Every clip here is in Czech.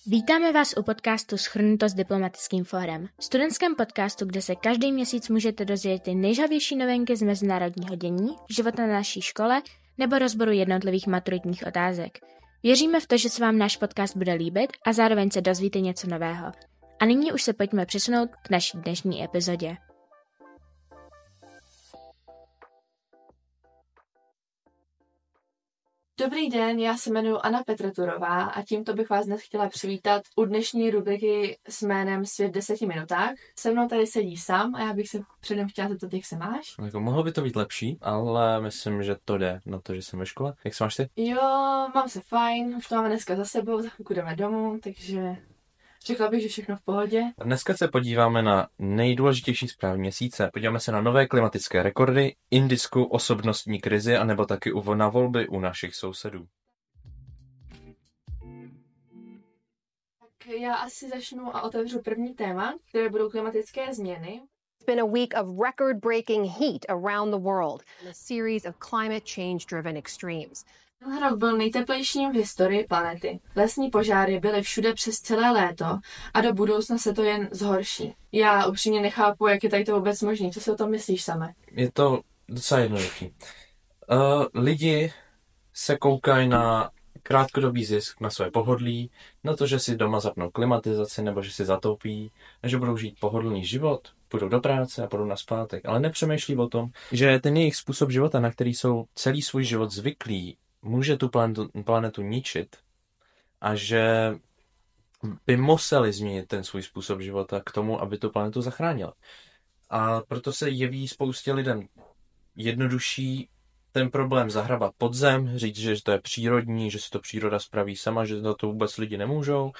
Vítáme vás u podcastu Shrnuto s diplomatickým fórem. Studentském podcastu, kde se každý měsíc můžete dozvědět ty nejžavější novinky z mezinárodního dění, života na naší škole nebo rozboru jednotlivých maturitních otázek. Věříme v to, že se vám náš podcast bude líbit a zároveň se dozvíte něco nového. A nyní už se pojďme přesunout k naší dnešní epizodě. Dobrý den, já se jmenuji Anna Petraturová a tímto bych vás dnes chtěla přivítat u dnešní rubriky s jménem Svět v 10 minutách. Se mnou tady sedí Sam a já bych se předem chtěla zeptat, jak se máš? Jako, mohlo by to být lepší, ale myslím, že to jde na to, že jsem ve škole. Jak se máš ty? Jo, mám se fajn, už to máme dneska za sebou, za chvilku jdeme domů, takže řekla bych, že všechno v pohodě. Dneska se podíváme na nejdůležitější zprávy měsíce. Podíváme se na nové klimatické rekordy, indickou osobnostní krizi a nebo taky na volby u našich sousedů. Tak já asi začnu a otevřu první téma, které budou klimatické změny. It's been a week of record-breaking heat around the world, a series of climate change-driven extremes. Tenhle rok byl nejteplejším v historii planety. Lesní požáry byly všude přes celé léto a do budoucna se to jen zhorší. Já upřímně nechápu, jak je tady to vůbec možné. Co si o tom myslíš, Same? Je to docela jednoduchý. Lidi se koukají na krátkodobý zisk, na své pohodlí, na to, že si doma zapnou klimatizaci nebo že si zatoupí, a že budou žít pohodlný život, půjdou do práce a půjdou na zpátek, ale nepřemýšlí o tom, že ten jejich způsob života, na který jsou celý svůj život zvyklí, může tu planetu ničit a že by museli změnit ten svůj způsob života k tomu, aby tu planetu zachránili. A proto se jeví spoustě lidem jednodušší ten problém zahrabat pod zem, říct, že to je přírodní, že si to příroda spraví sama, že to vůbec lidi nemůžou,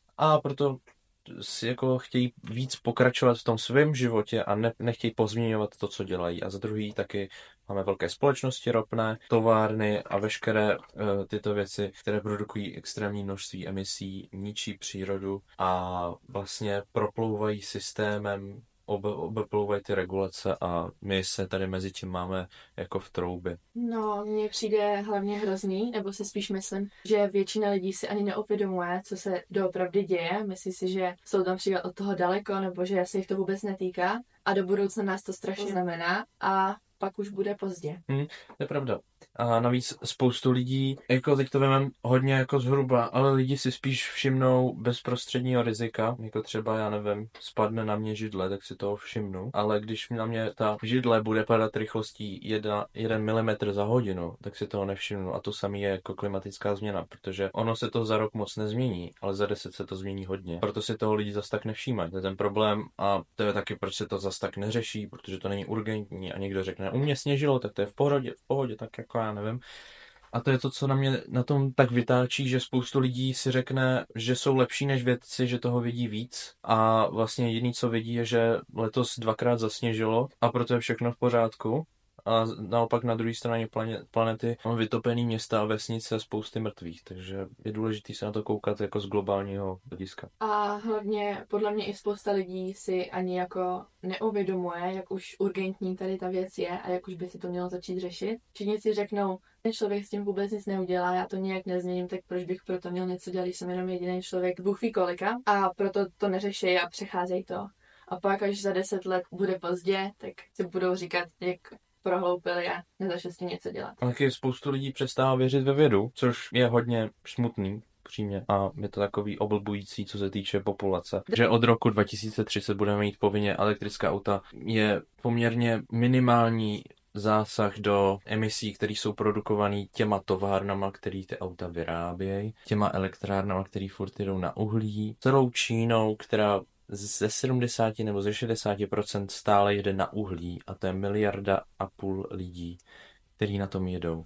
a proto si jako chtějí víc pokračovat v tom svém životě a nechtějí pozměňovat to, co dělají. A za druhý taky máme velké společnosti ropné, továrny a veškeré tyto věci, které produkují extrémní množství emisí, ničí přírodu a vlastně proplouvají systémem, obeplouvají ty regulace a my se tady mezi tím máme jako v troubě. No, mně přijde hlavně hrozný, nebo si spíš myslím, že většina lidí si ani neuvědomuje, co se doopravdy děje. Myslí si, že jsou tam příklad od toho daleko, nebo že se jich to vůbec netýká a do budoucna nás to strašně znamená a pak už bude pozdě. To je pravda. A navíc spoustu lidí, jako teď to vemem hodně jako zhruba, ale lidi si spíš všimnou bezprostředního rizika, jako třeba, já nevím, spadne na mě židle, tak si toho všimnu, ale když na mě ta židle bude padat rychlostí 1 mm za hodinu, tak si toho nevšimnu a to samé je jako klimatická změna, protože ono se to za rok moc nezmění, ale za 10 se to změní hodně. Proto si toho lidi zas tak nevšímají. To je ten problém a to je taky, proč se to zas tak neřeší, protože to není urgentní a někdo řekne, u mě sněžilo, tak to je v pohodě, tak jako já nevím. A to je to, co na mě na tom tak vytáčí, že spoustu lidí si řekne, že jsou lepší než vědci, že toho vědí víc a vlastně jediný, co vědí, je, že letos 2krát zasněžilo a proto je všechno v pořádku. A naopak na druhé straně planety máme vytopený města a vesnice a spousty mrtvých, takže je důležité se na to koukat jako z globálního hlediska. A hlavně podle mě i spousta lidí si ani jako neuvědomuje, jak už urgentní tady ta věc je a jak už by si to mělo začít řešit. Všichni si řeknou, ten člověk s tím vůbec nic neudělá, já to nějak nezměním, tak proč bych proto měl něco dělat, když jsem jenom jediný člověk, Bůh ví kolika, a proto to neřeší a přecházejí to. A pak až za 10 let bude pozdě, tak si budou říkat, jak prohloupili a nezačali s tím něco dělat. A taky spoustu lidí přestává věřit ve vědu, což je hodně smutný, přímě. A je to takový oblbující, co se týče populace. Že od roku 2030 budeme mít povinně elektrická auta, je poměrně minimální zásah do emisí, které jsou produkované těma továrnama, které ty auta vyrábějí, těma elektrárnama, které furt jdou na uhlí, celou Čínou, která ze 70 nebo ze 60% stále jede na uhlí a to je 1,5 miliardy lidí, kteří na tom jedou.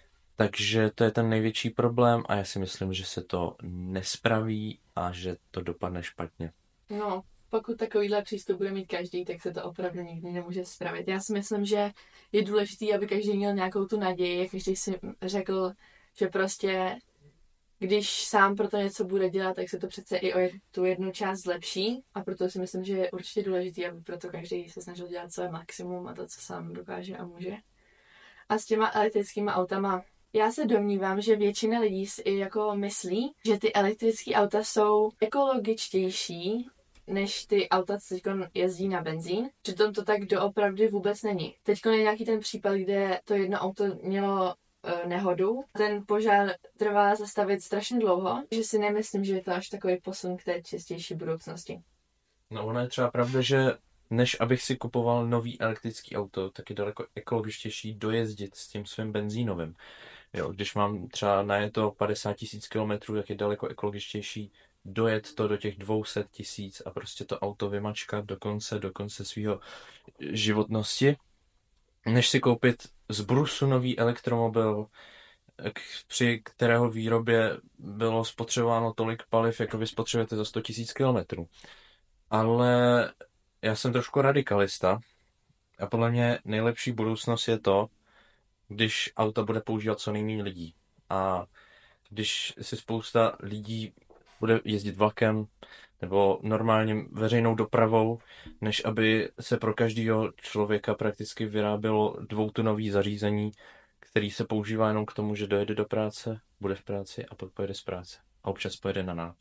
Takže to je ten největší problém a já si myslím, že se to nespraví a že to dopadne špatně. No, pokud takovýhle přístup bude mít každý, tak se to opravdu nikdy nemůže spravit. Já si myslím, že je důležité, aby každý měl nějakou tu naději, každý si řekl, že prostě když sám pro to něco bude dělat, tak se to přece i o tu jednu část zlepší a proto si myslím, že je určitě důležité, aby proto každý se snažil dělat své maximum a to, co sám dokáže a může. A s těma elektrickými autama Já se domnívám, že většina lidí si jako myslí, že ty elektrické auta jsou ekologičtější než ty auta, co teď jezdí na benzín. Přitom to tak doopravdy vůbec není. Teď je nějaký ten případ, kde to jedno auto mělo nehodu. Ten požár trvá zastavit strašně dlouho, že si nemyslím, že je to až takový posun k té čistější budoucnosti. No ono je třeba pravda, že než abych si kupoval nový elektrický auto, tak je daleko ekologičtější dojezdit s tím svým benzínovým. Jo, když mám třeba najeto 50 000 kilometrů, tak je daleko ekologičtější dojet to do těch 200 000 a prostě to auto vymačkat do konce svého životnosti, než si koupit z brusu nový elektromobil, při kterého výrobě bylo spotřebováno tolik paliv, jako vy spotřebujete za 100 000 kilometrů. Ale já jsem trošku radikalista a podle mě nejlepší budoucnost je to, když auta bude používat co nejméně lidí. A když si spousta lidí bude jezdit vlakem nebo normálním veřejnou dopravou, než aby se pro každého člověka prakticky vyrábělo 2tunový zařízení, který se používá jenom k tomu, že dojede do práce, bude v práci a pak pojede z práce. A občas pojede na nákup.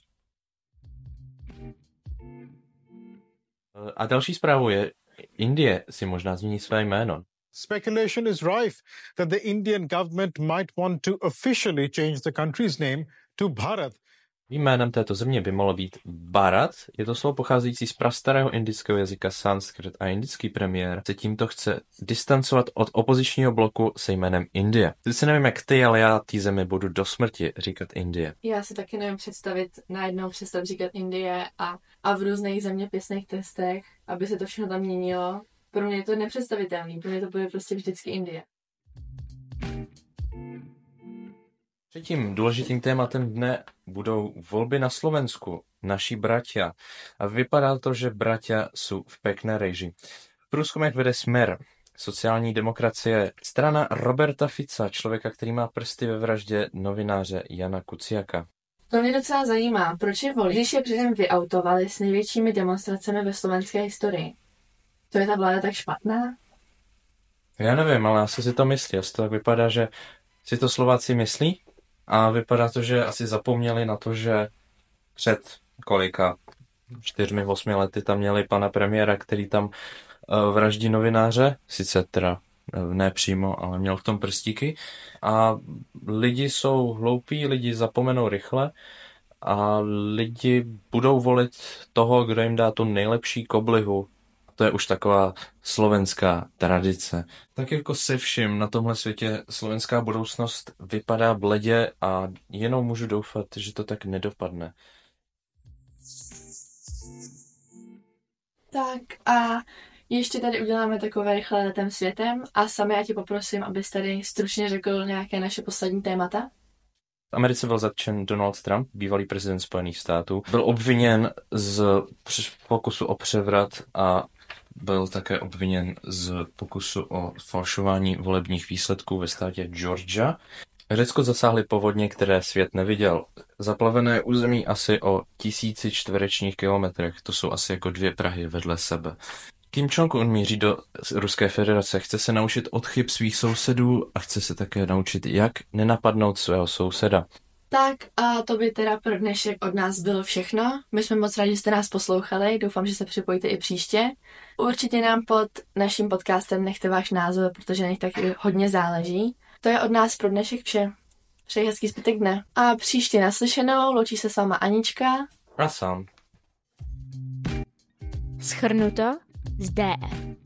A další zprávou je, Indie si možná změní své jméno. Speculation is rife that the Indian government might want to officially change the country's name to Bharat. Jménem této země by mohlo být Bharat. Je to slovo pocházející z prastarého indického jazyka sanskrit a indický premiér se tímto chce distancovat od opozičního bloku se jménem Indie. Sice nevím jak ty, ale já té zemi budu do smrti říkat Indie. Já si taky nevím najednou přestat říkat Indie a v různých zeměpisných testech, aby se to všechno tam měnilo. Pro mě je to nepředstavitelný, pro mě to bude prostě vždycky Indie. Třetím důležitým tématem dne budou volby na Slovensku, naši bratia. A vypadá to, že bratia jsou v pekné reži. V průzkumech vede Smer, sociální demokracie, strana Roberta Fica, člověka, který má prsty ve vraždě novináře Jana Kuciaka. To mě docela zajímá, proč je volí, když je předem vyautovali s největšími demonstracemi ve slovenské historii. To je ta vláda tak špatná? Já nevím, ale asi si to myslí. Asi to tak vypadá, že si to Slováci myslí a vypadá to, že asi zapomněli na to, že před 4-8 lety tam měli pana premiéra, který tam vraždí novináře, sice teda ne přímo, ale měl v tom prstíky a lidi jsou hloupí, lidi zapomenou rychle a lidi budou volit toho, kdo jim dá tu nejlepší koblihu. To je už taková slovenská tradice. Tak jako se vším na tomhle světě slovenská budoucnost vypadá bledě a jenom můžu doufat, že to tak nedopadne. Tak a ještě tady uděláme takové rychle letem světem a sami já tě poprosím, abys tady stručně řekl nějaké naše poslední témata. V Americe byl zatčen Donald Trump, bývalý prezident Spojených států. Byl obviněn z pokusu o převrat a byl také obviněn z pokusu o falšování volebních výsledků ve státě Georgia. Řecko zasáhly povodně, které svět neviděl. Zaplavené území asi o 1000 čtverečních kilometrech. To jsou asi jako 2 Prahy vedle sebe. Kim Jong-un míří do Ruské federace. Chce se naučit od chyb svých sousedů a chce se také naučit, jak nenapadnout svého souseda. Tak a to by teda pro dnešek od nás bylo všechno. My jsme moc rádi, že jste nás poslouchali. Doufám, že se připojíte i příště. Určitě nám pod naším podcastem nechte váš názor, protože na nich taky hodně záleží. To je od nás pro dnešek vše. Přeji hezký zbytek dne. A příště naslyšenou, loučí se s váma Anička. A sám. Shrnuto z DF.